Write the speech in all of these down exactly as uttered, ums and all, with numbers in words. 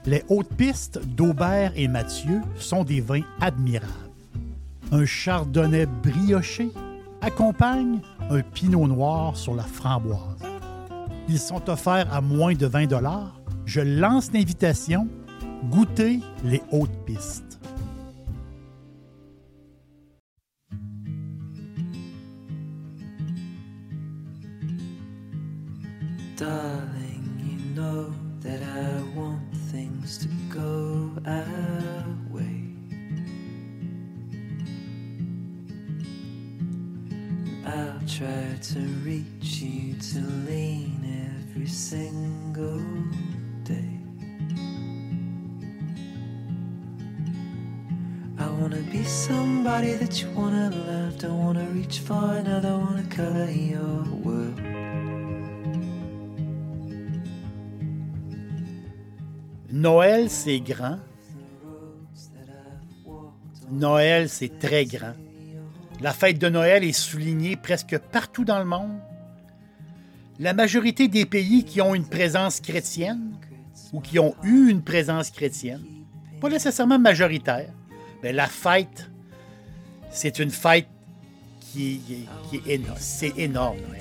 Les hautes pistes d'Aubert et Mathieu sont des vins admirables. Un chardonnay brioché accompagne un pinot noir sur la framboise. Ils sont offerts à moins de vingt dollars. Je lance l'invitation. Goûtez les hautes pistes. Darling, you know that I want things to go our way. I'll try to reach you to lean every single day. I wanna be somebody that you wanna love. Don't wanna reach for another, wanna color your world. Noël, c'est grand. Noël, c'est très grand. La fête de Noël est soulignée presque partout dans le monde. La majorité des pays qui ont une présence chrétienne ou qui ont eu une présence chrétienne, pas nécessairement majoritaire, mais la fête, c'est une fête qui, qui est énorme. C'est énorme, Noël.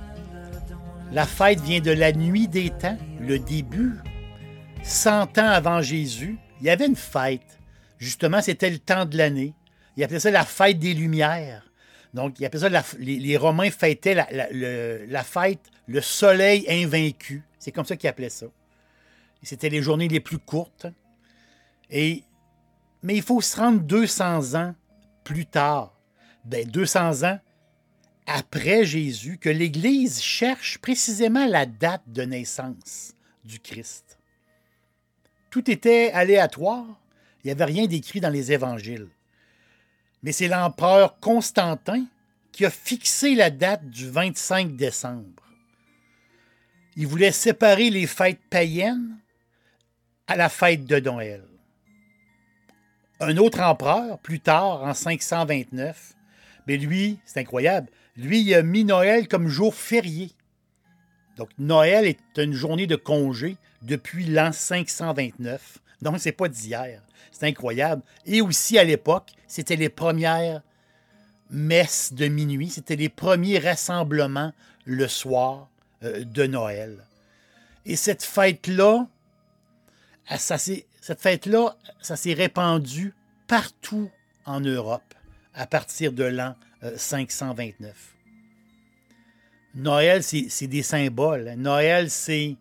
La fête vient de la nuit des temps, le début. Cent ans avant Jésus, il y avait une fête. Justement, c'était le temps de l'année. Ils appelaient ça la fête des Lumières. Donc, ils appelaient ça, la, les, les Romains fêtaient la, la, le, la fête, le soleil invaincu. C'est comme ça qu'ils appelaient ça. Et c'était les journées les plus courtes. Et, mais il faut se rendre deux cents ans plus tard. Ben, deux cents ans après Jésus, que l'Église cherche précisément la date de naissance du Christ. Tout était aléatoire. Il n'y avait rien d'écrit dans les évangiles. Mais c'est l'empereur Constantin qui a fixé la date du vingt-cinq décembre. Il voulait séparer les fêtes païennes à la fête de Noël. Un autre empereur, plus tard, en cinq cent vingt-neuf, mais lui, c'est incroyable, lui, il a mis Noël comme jour férié. Donc, Noël est une journée de congé depuis l'an cinq cent vingt-neuf. Donc, ce n'est pas d'hier. C'est incroyable. Et aussi, à l'époque, c'était les premières messes de minuit. C'était les premiers rassemblements le soir euh, de Noël. Et cette fête-là, ça s'est, cette fête-là, ça s'est répandu partout en Europe à partir de l'an euh, cinq cent vingt-neuf. Noël, c'est, c'est des symboles. Noël, c'est,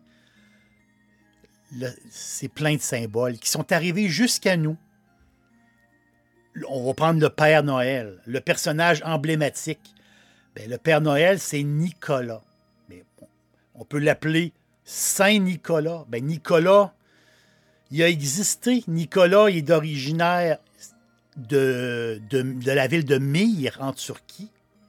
le, c'est plein de symboles qui sont arrivés jusqu'à nous. On va prendre le Père Noël, le personnage emblématique. Bien, le Père Noël, c'est Nicolas. Mais on peut l'appeler Saint Nicolas. Bien, Nicolas, il a existé. Nicolas, il est originaire de, de, de la ville de Myre, en Turquie.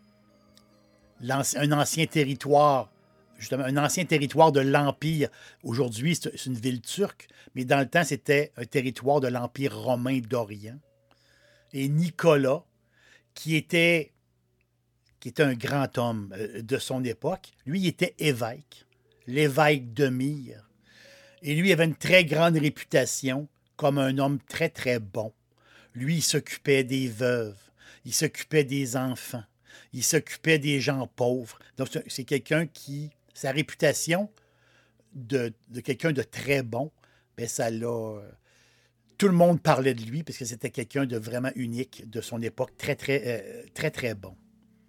Un ancien territoire, justement, un ancien territoire de l'Empire. Aujourd'hui, c'est une ville turque, mais dans le temps, c'était un territoire de l'Empire romain d'Orient. Et Nicolas, qui était, qui était un grand homme de son époque, lui, il était évêque, l'évêque de Myre. Et lui, il avait une très grande réputation comme un homme très, très bon. Lui, il s'occupait des veuves, il s'occupait des enfants. Il s'occupait des gens pauvres. Donc, c'est quelqu'un qui, sa réputation de, de quelqu'un de très bon, bien, ça l'a... Tout le monde parlait de lui parce que c'était quelqu'un de vraiment unique de son époque, très, très, euh, très, très bon.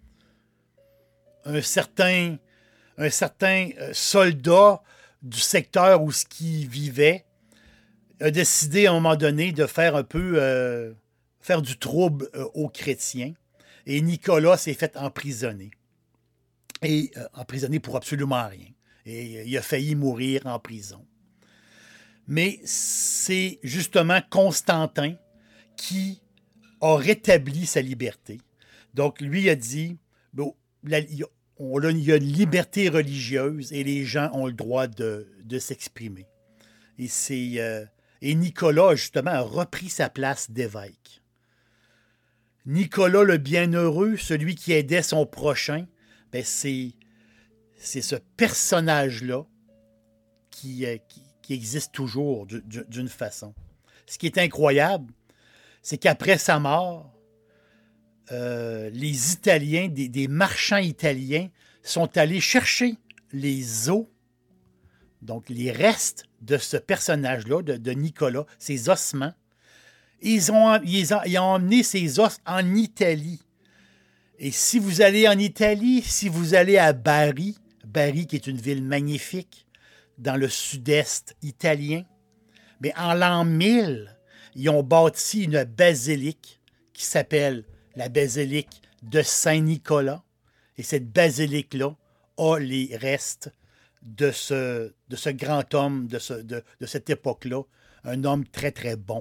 Un certain, un certain soldat du secteur où ce qu'il vivait a décidé à un moment donné de faire un peu, euh, faire du trouble euh, aux chrétiens. Et Nicolas s'est fait emprisonner. Et euh, emprisonné pour absolument rien. Et euh, il a failli mourir en prison. Mais c'est justement Constantin qui a rétabli sa liberté. Donc, lui a dit, bon, la, on a, il y a une liberté religieuse et les gens ont le droit de, de s'exprimer. Et, c'est, euh, et Nicolas, justement, a repris sa place d'évêque. Nicolas le Bienheureux, celui qui aidait son prochain, ben c'est, c'est ce personnage-là qui, qui, qui existe toujours d'une façon. Ce qui est incroyable, c'est qu'après sa mort, euh, les Italiens, des, des marchands italiens, sont allés chercher les os, donc les restes de ce personnage-là, de, de Nicolas, ses ossements. Ils ont, ils, ont, ils ont emmené ces os en Italie. Et si vous allez en Italie, si vous allez à Bari, Bari qui est une ville magnifique dans le sud-est italien, mais en l'an mille, ils ont bâti une basilique qui s'appelle la basilique de Saint-Nicolas. Et cette basilique-là a les restes de ce, de ce grand homme de, ce, de, de cette époque-là, un homme très, très bon.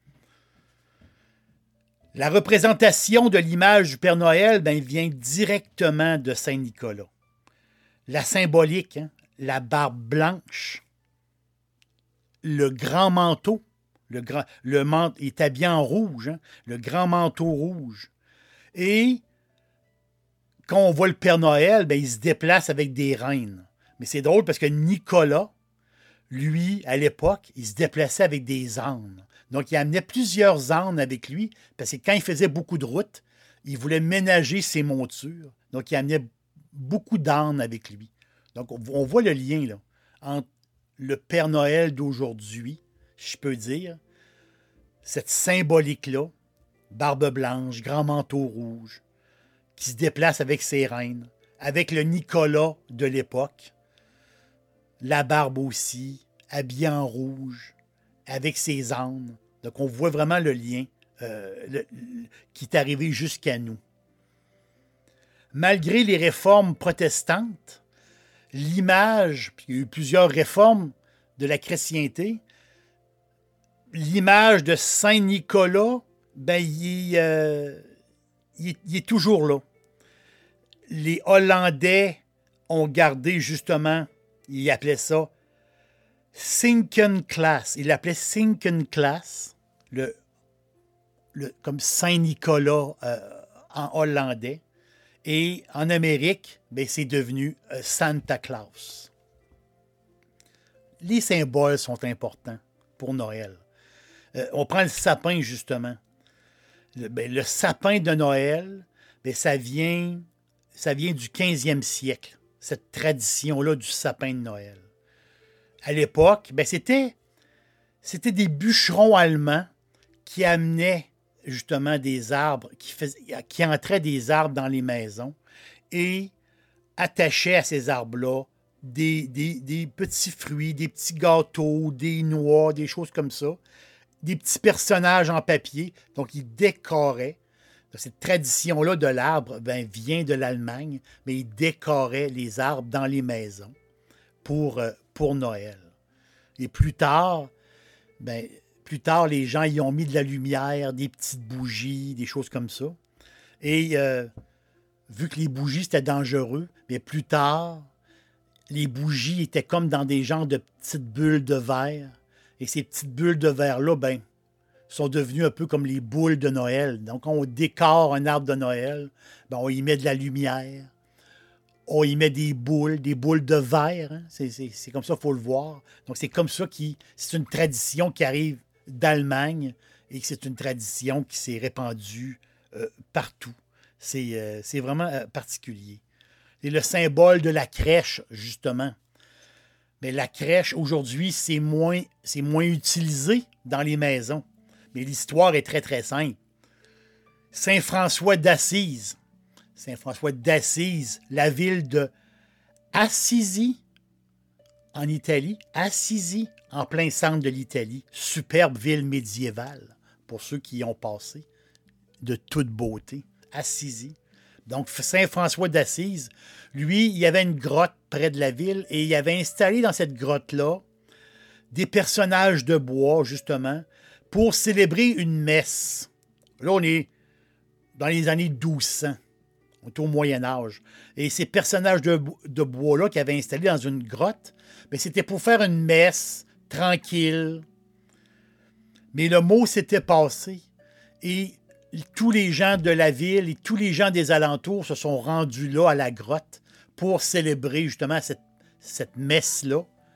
La représentation de l'image du Père Noël ben, vient directement de Saint-Nicolas. La symbolique, hein, la barbe blanche, le grand manteau, le, grand, le manteau est habillé en rouge, hein, le grand manteau rouge. Et quand on voit le Père Noël, ben, il se déplace avec des reines. Mais c'est drôle parce que Nicolas, lui, à l'époque, il se déplaçait avec des ânes. Donc, il amenait plusieurs ânes avec lui, parce que quand il faisait beaucoup de routes, il voulait ménager ses montures. Donc, il amenait beaucoup d'ânes avec lui. Donc, on voit le lien là, entre le Père Noël d'aujourd'hui, je peux dire, cette symbolique-là, barbe blanche, grand manteau rouge, qui se déplace avec ses reines, avec le Nicolas de l'époque, la barbe aussi, habillé en rouge, avec ses ânes. Donc, on voit vraiment le lien euh, le, le, qui est arrivé jusqu'à nous. Malgré les réformes protestantes, l'image, puis il y a eu plusieurs réformes de la chrétienté, l'image de Saint-Nicolas, ben, il, euh, il, est, il est toujours là. Les Hollandais ont gardé justement, ils appelaient ça Sinterklaas. Ils l'appelaient Sinterklaas, le, le, comme Saint-Nicolas euh, en hollandais. Et en Amérique, ben, c'est devenu euh, Santa Claus. Les symboles sont importants pour Noël. Euh, on prend le sapin, justement. Le, ben, le sapin de Noël, ben, ça vient, ça vient du quinzième siècle, cette tradition-là du sapin de Noël. À l'époque, ben, c'était, c'était des bûcherons allemands qui amenaient justement des arbres, qui, faisaient, qui entraient des arbres dans les maisons et attachaient à ces arbres-là des, des, des petits fruits, des petits gâteaux, des noix, des choses comme ça, des petits personnages en papier. Donc, ils décoraient. Donc, cette tradition-là de l'arbre ben, vient de l'Allemagne, mais ils décoraient les arbres dans les maisons pour, pour Noël. Et plus tard, ben, plus tard, les gens y ont mis de la lumière, des petites bougies, des choses comme ça. Et euh, vu que les bougies, c'était dangereux, mais plus tard, les bougies étaient comme dans des genres de petites bulles de verre. Et ces petites bulles de verre-là, ben, sont devenues un peu comme les boules de Noël. Donc, on décore un arbre de Noël, ben, on y met de la lumière, on y met des boules, des boules de verre. Hein? C'est, c'est, c'est comme ça qu'il faut le voir. Donc, c'est comme ça qui, c'est une tradition qui arrive d'Allemagne et que c'est une tradition qui s'est répandue euh, partout. C'est, euh, c'est vraiment euh, particulier. Et le symbole de la crèche, justement. Mais la crèche, aujourd'hui, c'est moins, c'est moins utilisé dans les maisons. Mais l'histoire est très, très simple. Saint François d'Assise. Saint François d'Assise, la ville de Assisi, en Italie. Assisi, en plein centre de l'Italie. Superbe ville médiévale, pour ceux qui y ont passé, de toute beauté. Assisi. Donc, Saint François d'Assise, lui, il y avait une grotte près de la ville et il avait installé dans cette grotte-là des personnages de bois, justement, pour célébrer une messe. Là, on est dans les années douze cents. On est au Moyen-Âge. Et ces personnages de, de bois-là qu'il avait installés dans une grotte, bien, c'était pour faire une messe tranquille. Mais le mot s'était passé. Et tous les gens de la ville et tous les gens des alentours se sont rendus là à la grotte pour célébrer justement cette, cette messe-là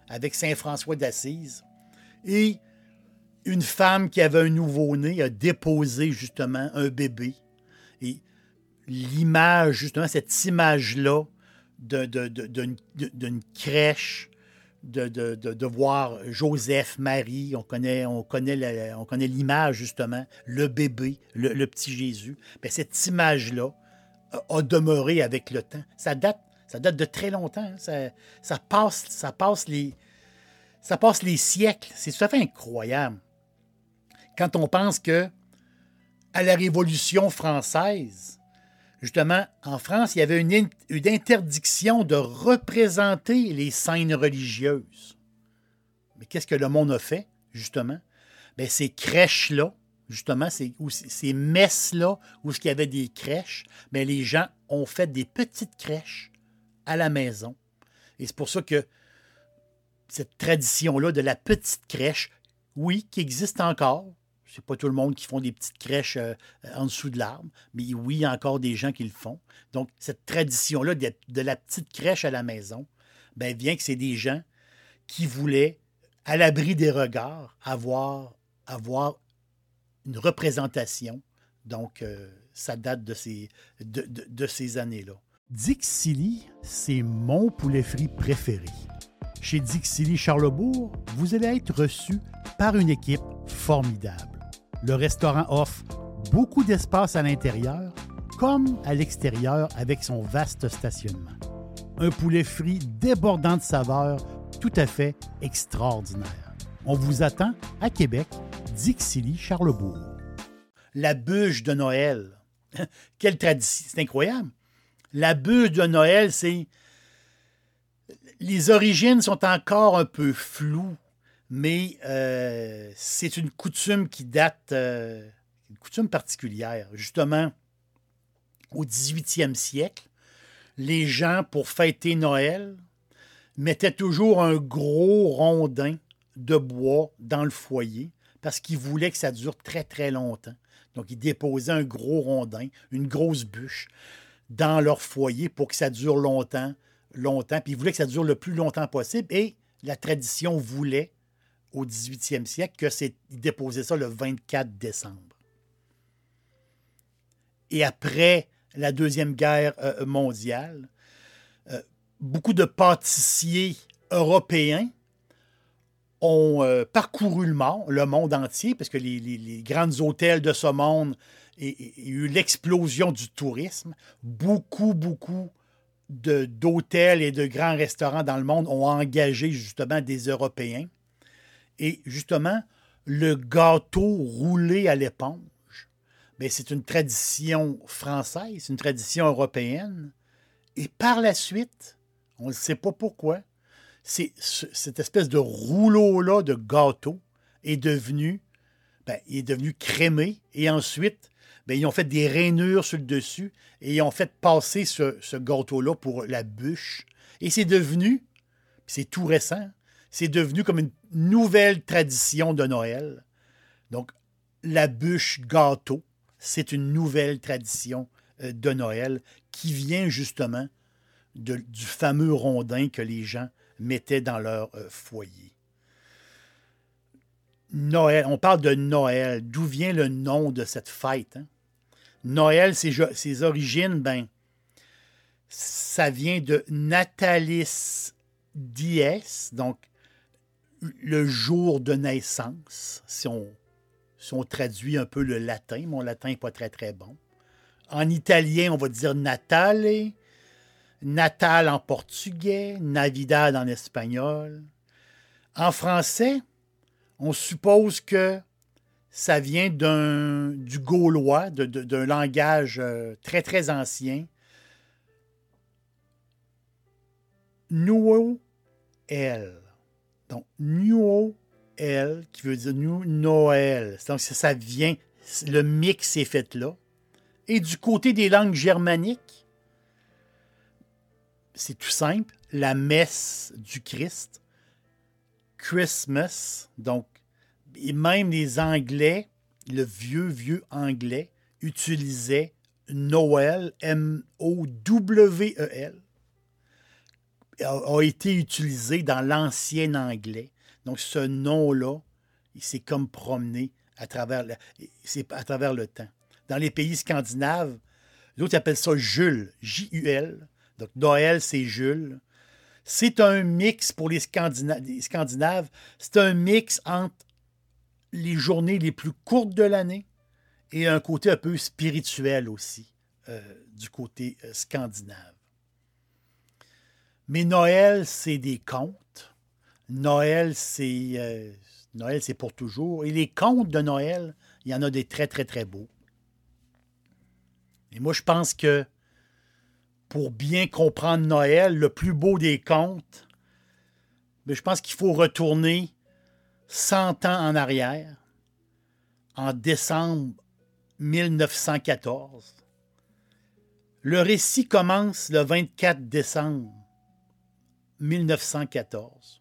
avec Saint François d'Assise. Et une femme qui avait un nouveau-né a déposé justement un bébé. Et l'image, justement, cette image-là de, de, de, de, de, d'une crèche, de, de, de, de voir Joseph, Marie, on connaît, on connaît, la, on connaît l'image, justement, le bébé, le, le petit Jésus. Bien, cette image-là a, a demeuré avec le temps. Ça date, ça date de très longtemps. Hein. Ça, ça, passe, ça, passe les, ça passe les siècles. C'est tout à fait incroyable. Quand on pense que à la Révolution française, justement, en France, il y avait une, in- une interdiction de représenter les scènes religieuses. Mais qu'est-ce que le monde a fait, justement? Bien, ces crèches-là, justement, ces, ou ces ces messes-là, où il y avait des crèches, bien, les gens ont fait des petites crèches à la maison. Et c'est pour ça que cette tradition-là de la petite crèche, oui, qui existe encore. C'est pas tout le monde qui font des petites crèches euh, en dessous de l'arbre, mais oui, il y a encore des gens qui le font. Donc, cette tradition-là de, de la petite crèche à la maison, bien, vient que c'est des gens qui voulaient, à l'abri des regards, avoir, avoir une représentation. Donc, euh, ça date de ces, de, de, de ces années-là. Dixili, c'est mon poulet frit préféré. Chez Dixili Charlebourg, vous allez être reçu par une équipe formidable. Le restaurant offre beaucoup d'espace à l'intérieur comme à l'extérieur avec son vaste stationnement. Un poulet frit débordant de saveurs tout à fait extraordinaire. On vous attend à Québec, Dixili Charlebourg. La bûche de Noël. Quelle tradition! C'est incroyable. La bûche de Noël, c'est... Les origines sont encore un peu floues, mais euh, c'est une coutume qui date, euh, une coutume particulière. Justement, au dix-huitième siècle, les gens, pour fêter Noël, mettaient toujours un gros rondin de bois dans le foyer parce qu'ils voulaient que ça dure très, très longtemps. Donc, ils déposaient un gros rondin, une grosse bûche dans leur foyer pour que ça dure longtemps, longtemps. Puis ils voulaient que ça dure le plus longtemps possible. Et la tradition voulait, au dix-huitième siècle, que c'est, ils déposaient ça le vingt-quatre décembre. Et après la Deuxième Guerre euh, mondiale, euh, beaucoup de pâtissiers européens ont euh, parcouru le monde, le monde entier, parce que les, les, les grands hôtels de ce monde, il y a eu l'explosion du tourisme. Beaucoup, beaucoup de, d'hôtels et de grands restaurants dans le monde ont engagé justement des Européens. Et justement, le gâteau roulé à l'éponge, bien, c'est une tradition française, c'est une tradition européenne. Et par la suite, on ne sait pas pourquoi, c'est, cette espèce de rouleau-là de gâteau est devenu, bien, il est devenu crémé. Et ensuite, bien, ils ont fait des rainures sur le dessus et ils ont fait passer ce, ce gâteau-là pour la bûche. Et c'est devenu, c'est tout récent, c'est devenu comme une nouvelle tradition de Noël. Donc, la bûche gâteau, c'est une nouvelle tradition de Noël qui vient justement de, du fameux rondin que les gens mettaient dans leur euh, foyer. Noël, on parle de Noël. D'où vient le nom de cette fête? Hein? Noël, ses, ses origines, ben, ça vient de Natalis Dies, donc le jour de naissance, si on, si on traduit un peu le latin. Mon latin n'est pas très, très bon. En italien, on va dire Natale, Natal en portugais, Navidad en espagnol. En français, on suppose que ça vient d'un, du gaulois, de, de, d'un langage très, très ancien. Noël. Donc, Noël, qui veut dire Noël. Donc, ça vient, le mix est fait là. Et du côté des langues germaniques, c'est tout simple, la messe du Christ, Christmas, donc, et même les Anglais, le vieux, vieux anglais, utilisaient Noël, M O W E L. a, a été utilisé dans l'ancien anglais. Donc, ce nom-là, il s'est comme promené à travers, la, c'est à travers le temps. Dans les pays scandinaves, l'autre appelle ça Jules, J U L. Donc, Noël, c'est Jules. C'est un mix pour les, Scandina- les Scandinaves. C'est un mix entre les journées les plus courtes de l'année et un côté un peu spirituel aussi, euh, du côté euh, scandinave. Mais Noël, c'est des contes. Noël, c'est euh, Noël, c'est pour toujours. Et les contes de Noël, il y en a des très, très, très beaux. Et moi, je pense que pour bien comprendre Noël, le plus beau des contes, mais je pense qu'il faut retourner cent ans en arrière, en décembre mille neuf cent quatorze. Le récit commence le vingt-quatre décembre mille neuf cent quatorze.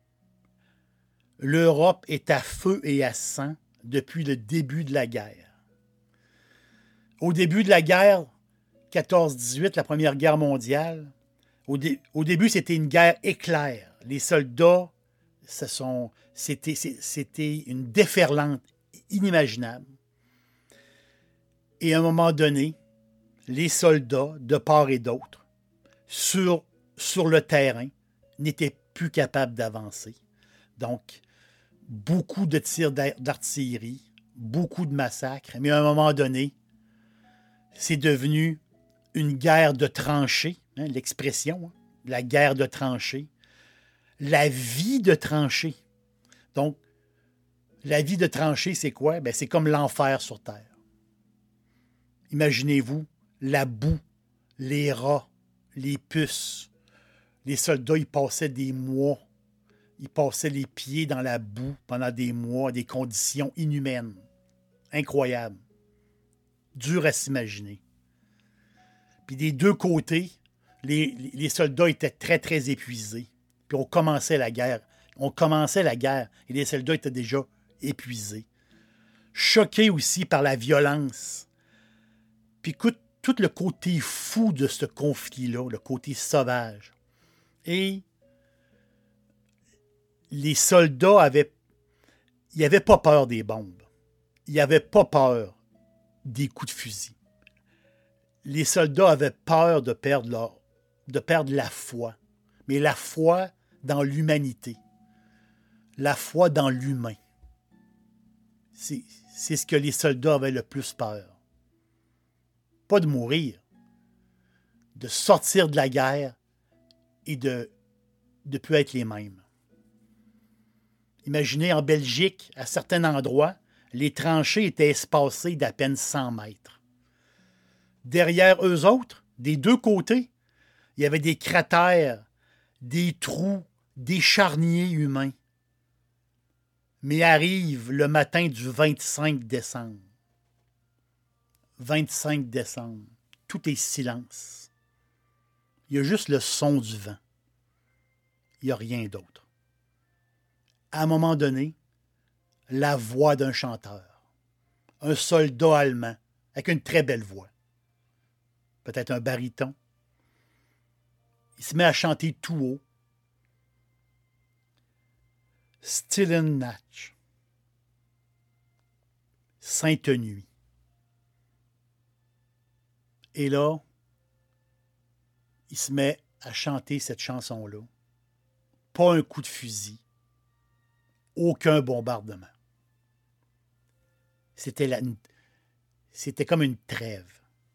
L'Europe est à feu et à sang depuis le début de la guerre. Au début de la guerre, quatorze dix-huit, la Première Guerre mondiale, au, dé- au début, c'était une guerre éclair. Les soldats, ce sont, c'était, c'était une déferlante inimaginable. Et à un moment donné, les soldats, de part et d'autre, sur, sur le terrain, n'étaient plus capables d'avancer. Donc, beaucoup de tirs d'artillerie, beaucoup de massacres, mais à un moment donné, c'est devenu une guerre de tranchées, hein, l'expression, hein, la guerre de tranchées, la vie de tranchées. Donc, la vie de tranchées, c'est quoi? Ben, c'est comme l'enfer sur Terre. Imaginez-vous la boue, les rats, les puces. Les soldats, ils passaient des mois, ils passaient les pieds dans la boue pendant des mois, des conditions inhumaines. Incroyables. Dur à s'imaginer. Puis des deux côtés, les, les soldats étaient très, très épuisés. Puis on commençait la guerre. On commençait la guerre et les soldats étaient déjà épuisés. Choqués aussi par la violence. Puis écoute, tout le côté fou de ce conflit-là, le côté sauvage. Et les soldats avaient... Ils n'avaient pas peur des bombes. Ils n'avaient pas peur des coups de fusil. Les soldats avaient peur de perdre, leur, de perdre la foi. Mais la foi dans l'humanité. La foi dans l'humain. C'est, c'est ce que les soldats avaient le plus peur. Pas de mourir. De sortir de la guerre et de ne plus être les mêmes. Imaginez en Belgique, à certains endroits, les tranchées étaient espacées d'à peine cent mètres. Derrière eux autres, des deux côtés, il y avait des cratères, des trous, des charniers humains. Mais arrive le matin du vingt-cinq décembre. vingt-cinq décembre. Tout est silence. Il y a juste le son du vent. Il n'y a rien d'autre. À un moment donné, la voix d'un chanteur. Un soldat allemand avec une très belle voix. Peut-être un baryton. Il se met à chanter tout haut. Stille Nacht. Sainte Nuit. Et là, il se met à chanter cette chanson-là. Pas un coup de fusil. Aucun bombardement. C'était, la, c'était comme une trêve.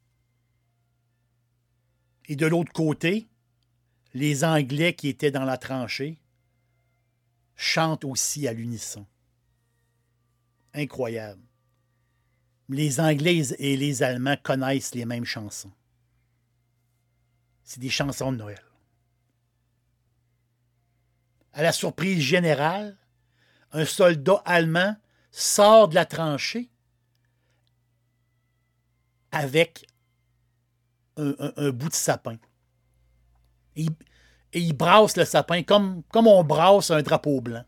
Et de l'autre côté, les Anglais qui étaient dans la tranchée chantent aussi à l'unisson. Incroyable. Les Anglais et les Allemands connaissent les mêmes chansons. C'est des chansons de Noël. À la surprise générale, un soldat allemand sort de la tranchée avec un, un, un bout de sapin. Et, et il brasse le sapin comme, comme on brasse un drapeau blanc.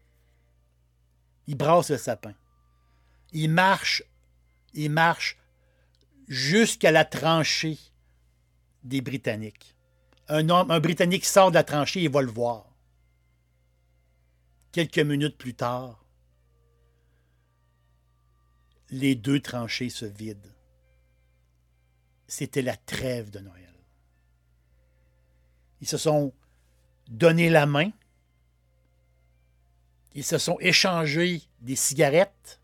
Il brasse le sapin. Il marche, il marche jusqu'à la tranchée des Britanniques. un homme, un Britannique sort de la tranchée et va le voir. Quelques minutes plus tard, les deux tranchées se vident. C'était la trêve de Noël. Ils se sont donné la main. Ils se sont échangés des cigarettes.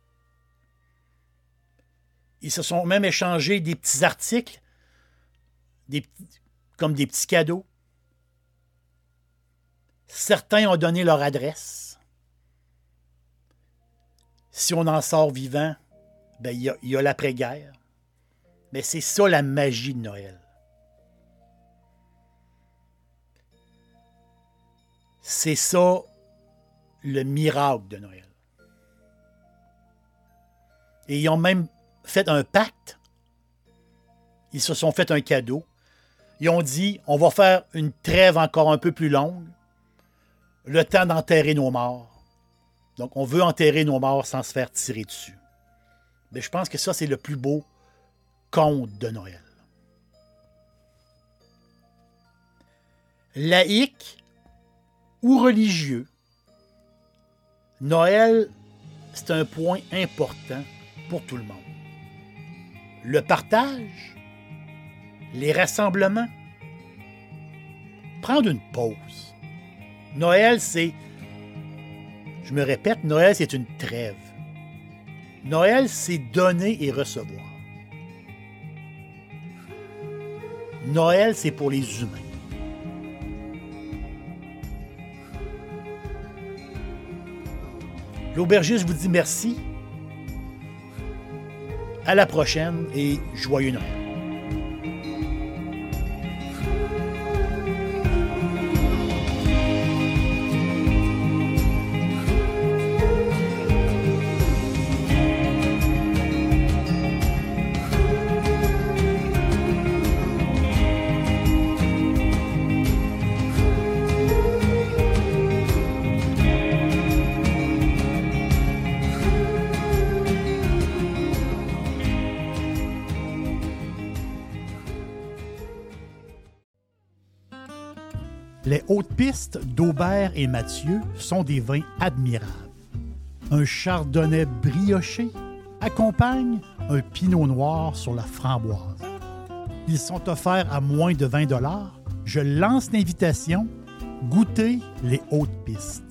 Ils se sont même échangés des petits articles, des, comme des petits cadeaux. Certains ont donné leur adresse. Si on en sort vivant, ben, il y a, il y a l'après-guerre. Mais c'est ça la magie de Noël. C'est ça le miracle de Noël. Et ils ont même fait un pacte. Ils se sont fait un cadeau. Ils ont dit, on va faire une trêve encore un peu plus longue, le temps d'enterrer nos morts. Donc, on veut enterrer nos morts sans se faire tirer dessus. Mais je pense que ça, c'est le plus beau conte de Noël. Laïque ou religieux, Noël, c'est un point important pour tout le monde. Le partage, les rassemblements, prendre une pause. Noël, c'est, je me répète, Noël, c'est une trêve. Noël, c'est donner et recevoir. Noël, c'est pour les humains. L'aubergiste vous dit merci. À la prochaine et joyeux Noël. Les hautes pistes d'Aubert et Mathieu sont des vins admirables. Un chardonnay brioché accompagne un pinot noir sur la framboise. Ils sont offerts à moins de vingt dollars. Je lance l'invitation. Goûtez les hautes pistes.